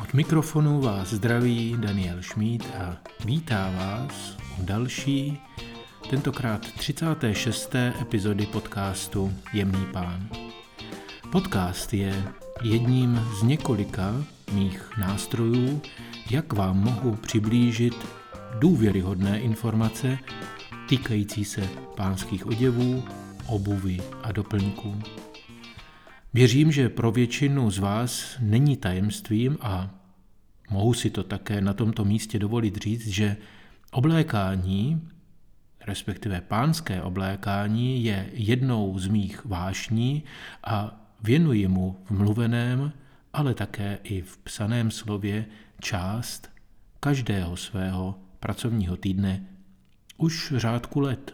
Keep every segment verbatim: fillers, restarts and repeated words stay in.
Od mikrofonu vás zdraví Daniel Šmíd a vítá vás u další, tentokrát třicáté šesté epizody podcastu Jemný pán. Podcast je jedním z několika mých nástrojů, jak vám mohu přiblížit důvěryhodné informace týkající se pánských oděvů, obuvy a doplňků. Věřím, že pro většinu z vás není tajemstvím a mohu si to také na tomto místě dovolit říct, že oblékání, respektive pánské oblékání, je jednou z mých vášní a věnuji mu v mluveném, ale také i v psaném slově část každého svého pracovního týdne už řádku let.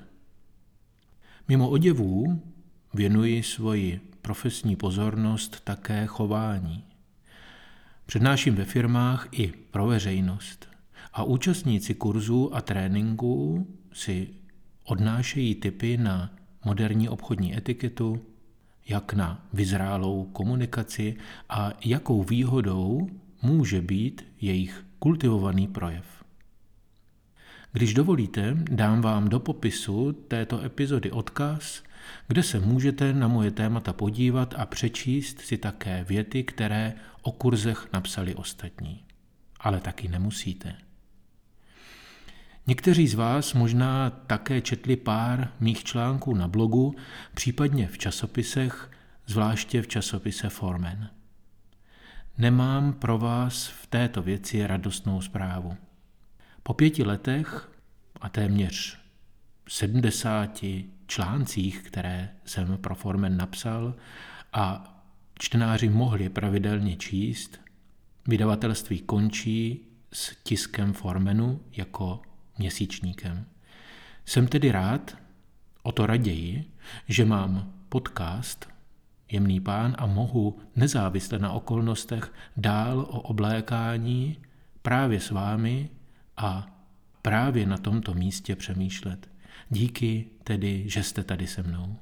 Mimo oděvů věnuji svoji profesní pozornost také chování. Přednáším ve firmách i pro veřejnost a účastníci kurzů a tréninků si odnášejí tipy na moderní obchodní etiketu, jak na vyzrálou komunikaci a jakou výhodou může být jejich kultivovaný projev. Když dovolíte, dám vám do popisu této epizody odkaz, kde se můžete na moje témata podívat a přečíst si také věty, které o kurzech napsali ostatní. Ale taky nemusíte. Někteří z vás možná také četli pár mých článků na blogu, případně v časopisech, zvláště v časopise Foreman. Nemám pro vás v této věci radostnou zprávu. Po pěti letech a téměř sedmdesáti článcích, které jsem pro Foreman napsal a čtenáři mohli pravidelně číst, vydavatelství končí s tiskem Foremanu jako měsíčníkem. Jsem tedy rád, o to raději, že mám podcast Jemný pán a mohu nezávisle na okolnostech dál o oblékání právě s vámi a právě na tomto místě přemýšlet. Díky tedy, že jste tady se mnou.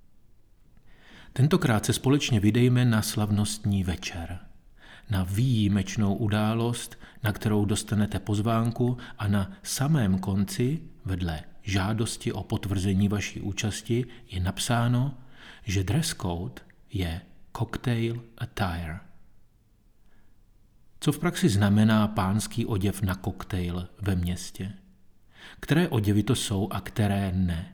Tentokrát se společně vydejme na slavnostní večer, na výjimečnou událost, na kterou dostanete pozvánku a na samém konci, vedle žádosti o potvrzení vaší účasti, je napsáno, že dress code je cocktail attire. Co v praxi znamená pánský oděv na koktejl ve městě? Které oděvy to jsou a které ne?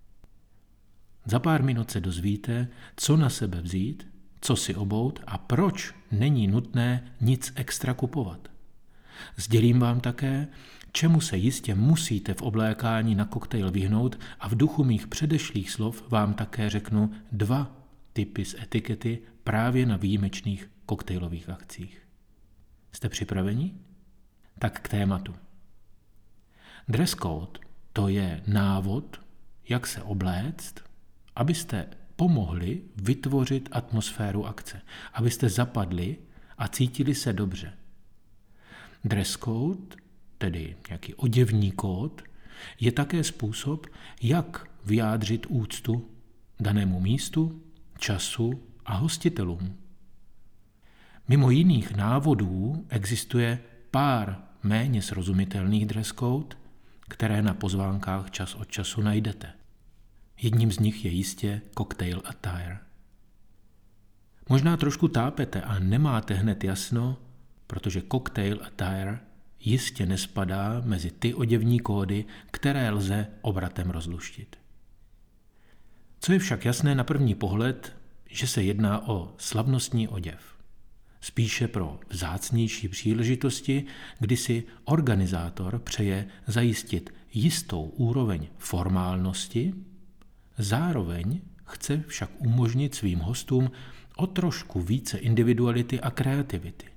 Za pár minut se dozvíte, co na sebe vzít, co si obout a proč není nutné nic extra kupovat. Sdělím vám také, čemu se jistě musíte v oblékání na koktejl vyhnout a v duchu mých předešlých slov vám také řeknu dva typy z etikety právě na výjimečných koktejlových akcích. Jste připraveni? Tak k tématu. Dress code to je návod, jak se obléct, abyste pomohli vytvořit atmosféru akce, abyste zapadli a cítili se dobře. Dress code, tedy nějaký oděvní kód, je také způsob, jak vyjádřit úctu danému místu, času a hostitelům. Mimo jiných návodů existuje pár méně srozumitelných dress code, které na pozvánkách čas od času najdete. Jedním z nich je jistě cocktail attire. Možná trošku tápete a nemáte hned jasno, protože cocktail attire jistě nespadá mezi ty oděvní kódy, které lze obratem rozluštit. Co je však jasné na první pohled, že se jedná o slavnostní oděv. Spíše pro vzácnější příležitosti, kdy si organizátor přeje zajistit jistou úroveň formálnosti, zároveň chce však umožnit svým hostům o trošku více individuality a kreativity.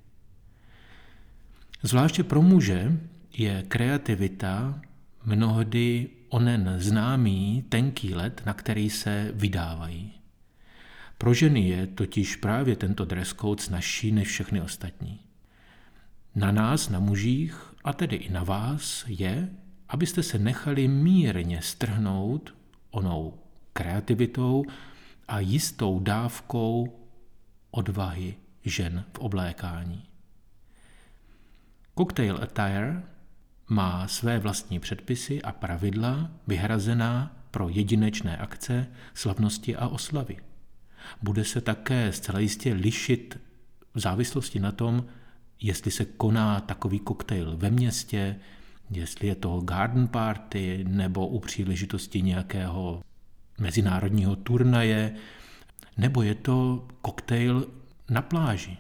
Zvláště pro muže je kreativita mnohdy onen známý tenký led, na který se vydávají. Pro ženy je totiž právě tento dress code snazší než všechny ostatní. Na nás, na mužích, a tedy i na vás je, abyste se nechali mírně strhnout onou kreativitou a jistou dávkou odvahy žen v oblékání. Cocktail attire má své vlastní předpisy a pravidla vyhrazená pro jedinečné akce, slavnosti a oslavy. Bude se také zcela jistě lišit v závislosti na tom, jestli se koná takový koktejl ve městě, jestli je to garden party nebo u příležitosti nějakého mezinárodního turnaje, nebo je to koktejl na pláži.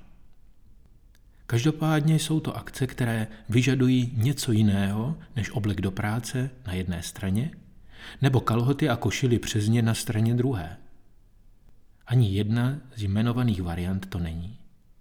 Každopádně jsou to akce, které vyžadují něco jiného než oblek do práce na jedné straně, nebo kalhoty a košily přes ně na straně druhé. Ani jedna z jmenovaných variant to není.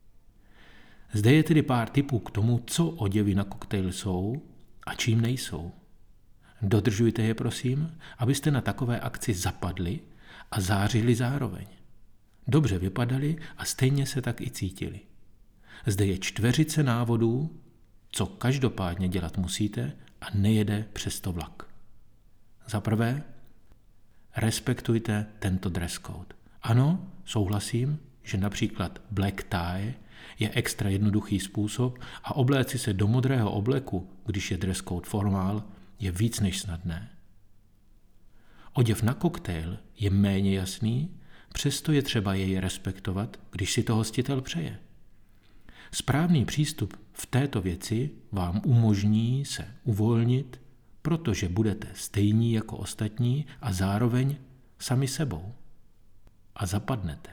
Zde je tedy pár tipů k tomu, co oděvy na koktejl jsou a čím nejsou. Dodržujte je, prosím, abyste na takové akci zapadli a zářili zároveň. Dobře vypadali a stejně se tak i cítili. Zde je čtveřice návodů, co každopádně dělat musíte a nejede přesto vlak. Za prvé, respektujte tento dress code. Ano, souhlasím, že například black tie je extra jednoduchý způsob a obléci se do modrého obleku, když je dress code formál, je víc než snadné. Oděv na koktejl je méně jasný, přesto je třeba jej respektovat, když si to hostitel přeje. Správný přístup v této věci vám umožní se uvolnit, protože budete stejní jako ostatní a zároveň sami sebou. A zapadnete.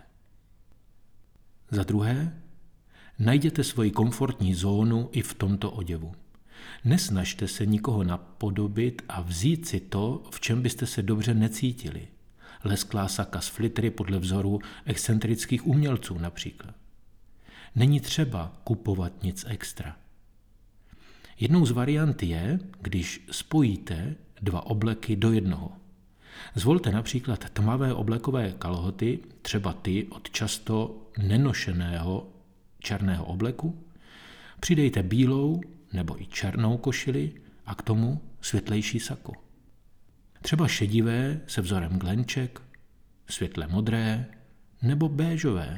Za druhé, najděte svoji komfortní zónu i v tomto oděvu. Nesnažte se nikoho napodobit a vzít si to, v čem byste se dobře necítili. Lesklá saka s flitry podle vzoru excentrických umělců například. Není třeba kupovat nic extra. Jednou z variant je, když spojíte dva obleky do jednoho. Zvolte například tmavé oblekové kalhoty, třeba ty od často nenošeného černého obleku, přidejte bílou nebo i černou košili a k tomu světlejší sako. Třeba šedivé se vzorem glenček, světle modré nebo béžové.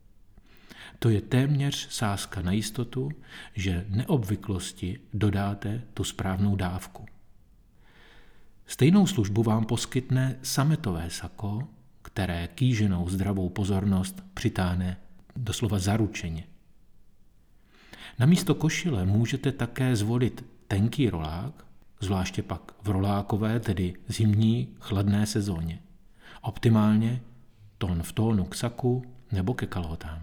To je téměř sázka na jistotu, že neobvyklosti dodáte tu správnou dávku. Stejnou službu vám poskytne sametové sako, které kýženou zdravou pozornost přitáhne doslova zaručeně. Namísto košile můžete také zvolit tenký rolák, zvláště pak v rolákové, tedy zimní chladné sezóně. Optimálně tón v tónu k saku nebo ke kalhotám.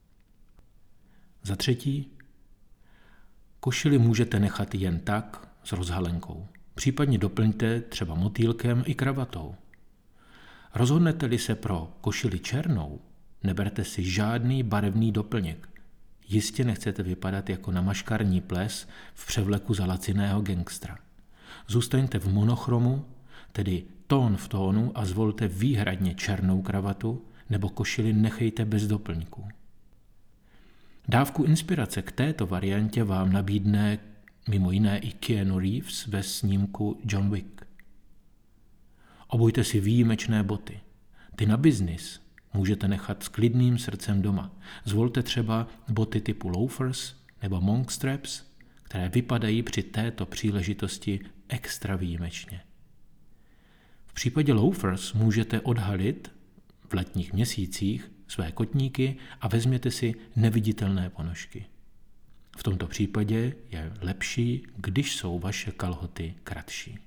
Za třetí, košili můžete nechat jen tak s rozhalenkou. Případně doplňte třeba motýlkem i kravatou. Rozhodnete-li se pro košili černou, neberte si žádný barevný doplněk. Jistě nechcete vypadat jako namaškarní ples v převleku zalaciného gangstra. Zůstaňte v monochromu, tedy tón v tónu a zvolte výhradně černou kravatu nebo košili nechejte bez doplňků. Dávku inspirace k této variantě vám nabídne mimo jiné i Keanu Reeves ve snímku John Wick. Obujte si výjimečné boty. Ty na biznis můžete nechat s klidným srdcem doma. Zvolte třeba boty typu loafers nebo monk straps, které vypadají při této příležitosti extra výjimečně. V případě loafers můžete odhalit v letních měsících své kotníky a vezměte si neviditelné ponožky. V tomto případě je lepší, když jsou vaše kalhoty kratší.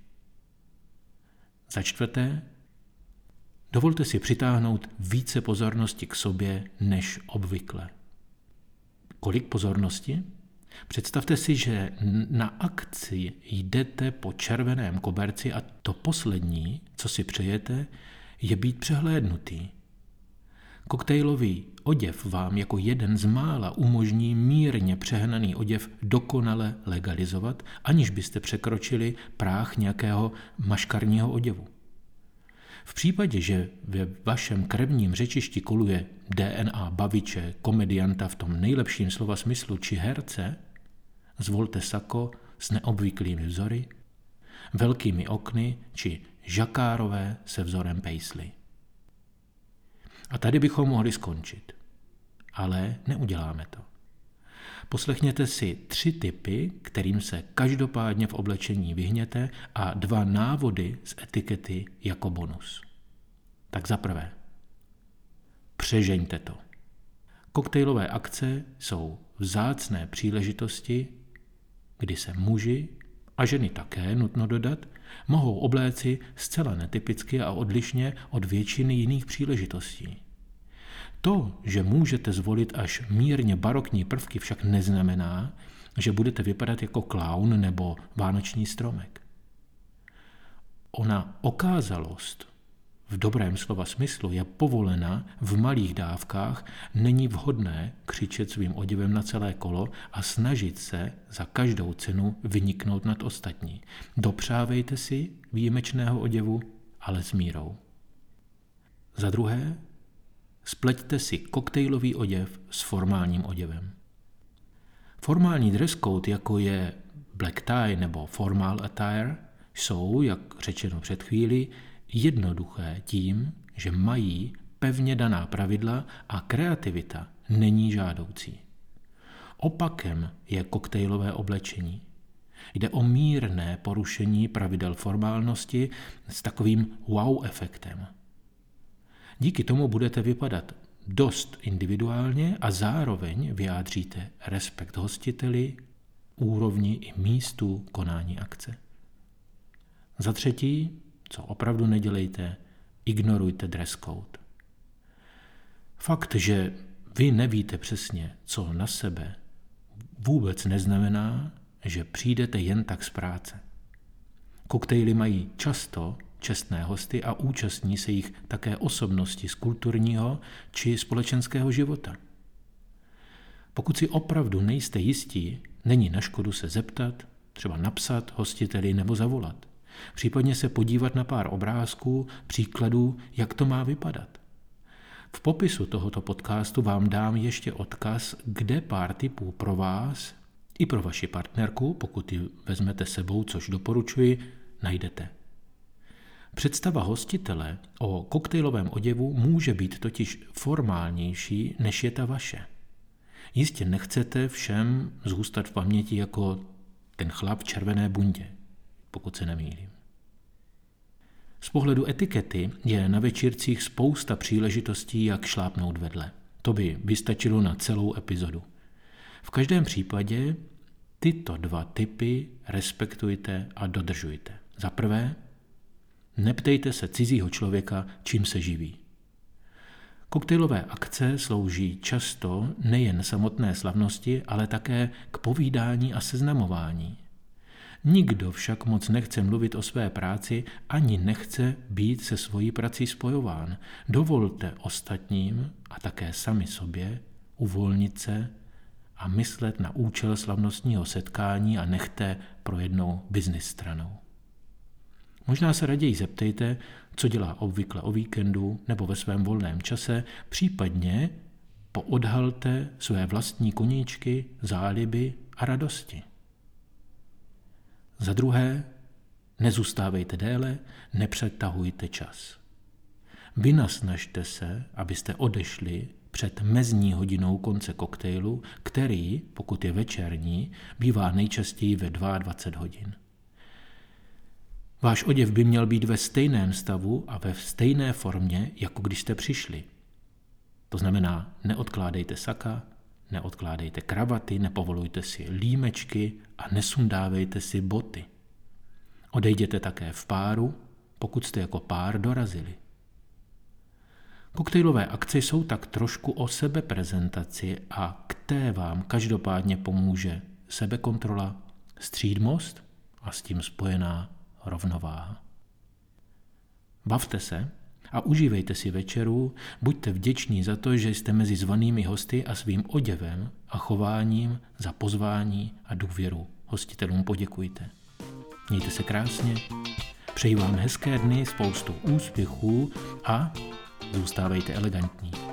Za čtvrté, dovolte si přitáhnout více pozornosti k sobě než obvykle. Kolik pozornosti? Představte si, že na akci jdete po červeném koberci a to poslední, co si přejete, je být přehlédnutý. Koktejlový oděv vám jako jeden z mála umožní mírně přehnaný oděv dokonale legalizovat, aniž byste překročili práh nějakého maškarního oděvu. V případě, že ve vašem krevním řečišti koluje D N A baviče, komedianta v tom nejlepším slova smyslu či herce, zvolte sako s neobvyklými vzory, velkými okny či žakárové se vzorem paisley. A tady bychom mohli skončit. Ale neuděláme to. Poslechněte si tři tipy, kterým se každopádně v oblečení vyhněte, a dva návody z etikety jako bonus. Tak za prvé, přežeňte to. Koktejlové akce jsou vzácné příležitosti, kdy se muži, a ženy také, nutno dodat, mohou obléci zcela netypicky a odlišně od většiny jiných příležitostí. To, že můžete zvolit až mírně barokní prvky, však neznamená, že budete vypadat jako klaun nebo vánoční stromek. Ona okázalost v dobrém slova smyslu je povolena v malých dávkách, není vhodné křičet svým oděvem na celé kolo a snažit se za každou cenu vyniknout nad ostatní. Dopřávejte si výjimečného oděvu, ale s mírou. Za druhé, spleťte si koktejlový oděv s formálním oděvem. Formální dress code, jako je black tie nebo formal attire, jsou, jak řečeno před chvílí, jednoduché tím, že mají pevně daná pravidla a kreativita není žádoucí. Opakem je koktejlové oblečení. Jde o mírné porušení pravidel formálnosti s takovým wow efektem. Díky tomu budete vypadat dost individuálně a zároveň vyjádříte respekt hostiteli, úrovni i místu konání akce. Za třetí, co opravdu nedělejte, ignorujte dress code. Fakt, že vy nevíte přesně, co na sebe, vůbec neznamená, že přijdete jen tak z práce. Koktejly mají často čestné hosty a účastní se jich také osobnosti z kulturního či společenského života. Pokud si opravdu nejste jistí, není na škodu se zeptat, třeba napsat hostiteli nebo zavolat. Případně se podívat na pár obrázků, příkladů, jak to má vypadat. V popisu tohoto podcastu vám dám ještě odkaz, kde pár tipů pro vás i pro vaši partnerku, pokud ji vezmete sebou, což doporučuji, najdete. Představa hostitele o koktejlovém oděvu může být totiž formálnější, než je ta vaše. Jistě nechcete všem zůstat v paměti jako ten chlap v červené bundě, pokud se nemýlím. Z pohledu etikety je na večírcích spousta příležitostí, jak šlápnout vedle. To by vystačilo na celou epizodu. V každém případě tyto dva typy respektujte a dodržujte. Za prvé, neptejte se cizího člověka, čím se živí. Koktejlové akce slouží často nejen samotné slavnosti, ale také k povídání a seznamování. Nikdo však moc nechce mluvit o své práci ani nechce být se svojí prací spojován. Dovolte ostatním a také sami sobě uvolnit se a myslet na účel slavnostního setkání a nechte pro jednou business stranou. Možná se raději zeptejte, co dělá obvykle o víkendu nebo ve svém volném čase, případně poodhalte své vlastní koníčky, záliby a radosti. Za druhé, nezůstávejte déle, nepřetahujte čas. Vynasnažte se, abyste odešli před mezní hodinou konce koktejlu, který, pokud je večerní, bývá nejčastěji ve dvacet dva hodin. Váš oděv by měl být ve stejném stavu a ve stejné formě, jako když jste přišli. To znamená, neodkládejte saka, neodkládejte kravaty, nepovolujte si límečky a nesundávejte si boty. Odejděte také v páru, pokud jste jako pár dorazili. Koktejlové akce jsou tak trošku o sebeprezentaci a k té vám každopádně pomůže sebekontrola, střídmost a s tím spojená rovnováha. Bavte se a užívejte si večeru, buďte vděční za to, že jste mezi zvanými hosty a svým oděvem a chováním za pozvání a důvěru hostitelům poděkujte. Mějte se krásně, přeji vám hezké dny, spoustu úspěchů a zůstávejte elegantní.